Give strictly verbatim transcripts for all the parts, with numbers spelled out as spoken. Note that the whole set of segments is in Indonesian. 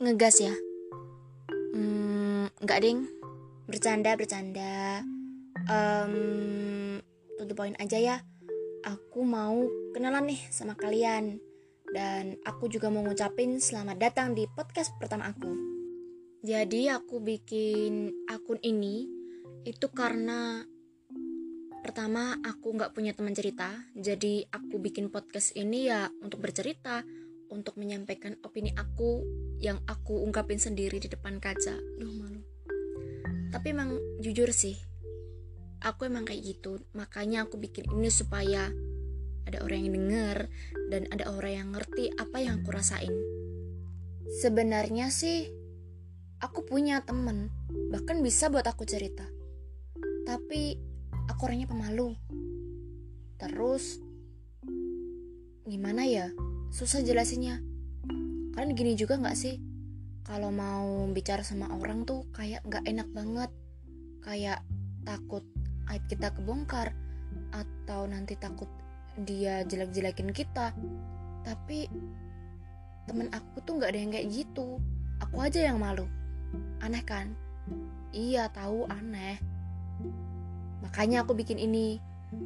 Ngegas ya? Hmm, enggak ding. Bercanda, bercanda. Um, to the point aja ya. Aku mau kenalan nih sama kalian. Dan aku juga mau ngucapin selamat datang di podcast pertama aku. Jadi aku bikin akun ini itu karena pertama aku gak punya teman cerita. Jadi aku bikin podcast ini ya untuk bercerita, untuk menyampaikan opini aku yang aku ungkapin sendiri di depan kaca. Duh, malu. Tapi emang jujur sih, aku emang kayak gitu. Makanya aku bikin ini supaya ada orang yang denger dan ada orang yang ngerti apa yang aku rasain. Sebenarnya sih aku punya temen, bahkan bisa buat aku cerita. Tapi aku orangnya pemalu. Terus gimana ya? Susah jelasinnya. Kalian gini juga gak sih? Kalau mau bicara sama orang tuh kayak gak enak banget. Kayak takut aib kita kebongkar, atau nanti takut dia jelek-jelekin kita. Tapi temen aku tuh gak ada yang kayak gitu. Aku aja yang malu. Aneh kan? Iya, tahu aneh. Makanya aku bikin ini.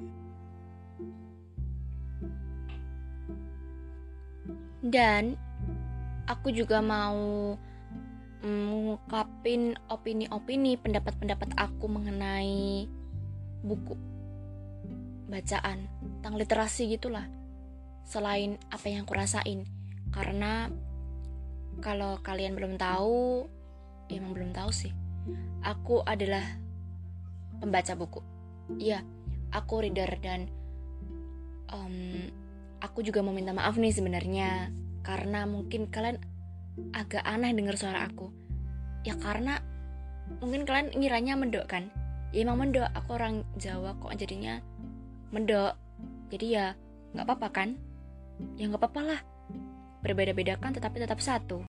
Dan aku juga mau mengungkapin opini-opini, pendapat-pendapat aku mengenai buku bacaan tentang literasi gitulah, selain apa yang aku rasain. Karena kalau kalian belum tahu, ya emang belum tahu sih, aku adalah pembaca buku. Iya, aku reader. Dan um, aku juga mau minta maaf nih sebenarnya, karena mungkin kalian agak aneh dengar suara aku. Ya karena mungkin kalian ngiranya mendok kan. Ya emang mendok, aku orang Jawa kok jadinya mendok. Jadi ya gak apa-apa kan. Ya gak apa-apa lah, berbeda-beda kan tetapi tetap satu.